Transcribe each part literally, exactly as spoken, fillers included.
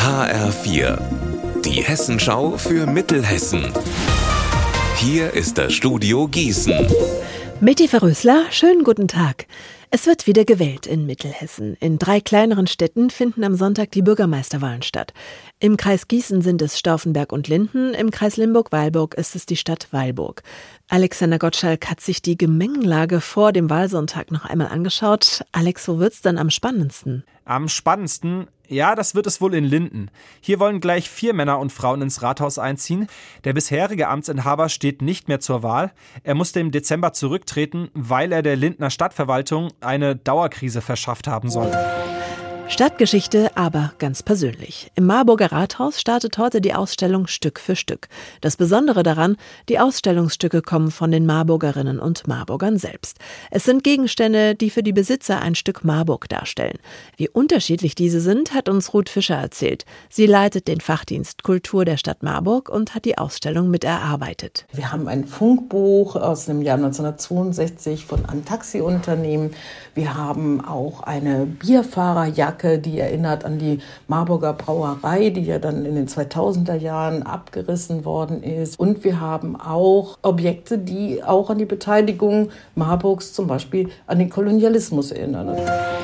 H R vier, die Hessenschau für Mittelhessen. Hier ist das Studio Gießen. Meti Verrösler, schönen guten Tag. Es wird wieder gewählt in Mittelhessen. In drei kleineren Städten finden am Sonntag die Bürgermeisterwahlen statt. Im Kreis Gießen sind es Stauffenberg und Linden, im Kreis Limburg-Weilburg ist es die Stadt Weilburg. Alexander Gottschalk hat sich die Gemengelage vor dem Wahlsonntag noch einmal angeschaut. Alex, wo wird's dann am spannendsten? Am spannendsten, ja, das wird es wohl in Linden. Hier wollen gleich vier Männer und Frauen ins Rathaus einziehen. Der bisherige Amtsinhaber steht nicht mehr zur Wahl. Er musste im Dezember zurücktreten, weil er der Lindener Stadtverwaltung eine Dauerkrise verschafft haben soll. Stadtgeschichte, aber ganz persönlich. Im Marburger Rathaus startet heute die Ausstellung Stück für Stück. Das Besondere daran, die Ausstellungsstücke kommen von den Marburgerinnen und Marburgern selbst. Es sind Gegenstände, die für die Besitzer ein Stück Marburg darstellen. Wie unterschiedlich diese sind, hat uns Ruth Fischer erzählt. Sie leitet den Fachdienst Kultur der Stadt Marburg und hat die Ausstellung mit erarbeitet. Wir haben ein Funkbuch aus dem Jahr neunzehnhundertzweiundsechzig von einem Taxiunternehmen. Wir haben auch eine Bierfahrerjacke, die erinnert an die Marburger Brauerei, die ja dann in den zweitausender Jahren abgerissen worden ist. Und wir haben auch Objekte, die auch an die Beteiligung Marburgs zum Beispiel an den Kolonialismus erinnern.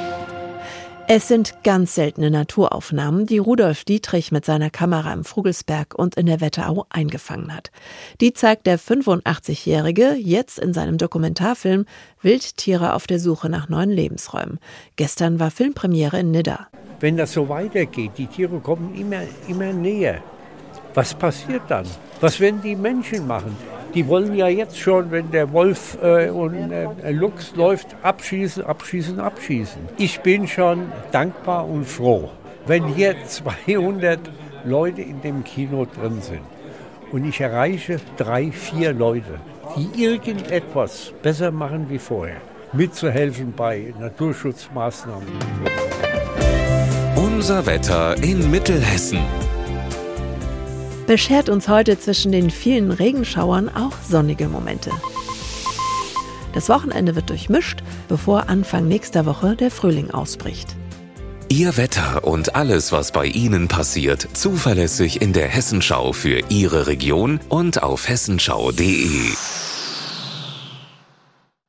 Es sind ganz seltene Naturaufnahmen, die Rudolf Dietrich mit seiner Kamera im Vogelsberg und in der Wetterau eingefangen hat. Die zeigt der fünfundachtzigjährige jetzt in seinem Dokumentarfilm Wildtiere auf der Suche nach neuen Lebensräumen. Gestern war Filmpremiere in Nidda. Wenn das so weitergeht, die Tiere kommen immer, immer näher. Was passiert dann? Was werden die Menschen machen? Die wollen ja jetzt schon, wenn der Wolf äh, und äh, Luchs läuft, abschießen, abschießen, abschießen. Ich bin schon dankbar und froh, wenn hier zweihundert Leute in dem Kino drin sind und ich erreiche drei, vier Leute, die irgendetwas besser machen wie vorher, mitzuhelfen bei Naturschutzmaßnahmen. Unser Wetter in Mittelhessen. Beschert uns heute zwischen den vielen Regenschauern auch sonnige Momente. Das Wochenende wird durchmischt, bevor Anfang nächster Woche der Frühling ausbricht. Ihr Wetter und alles, was bei Ihnen passiert, zuverlässig in der Hessenschau für Ihre Region und auf hessenschau punkt de.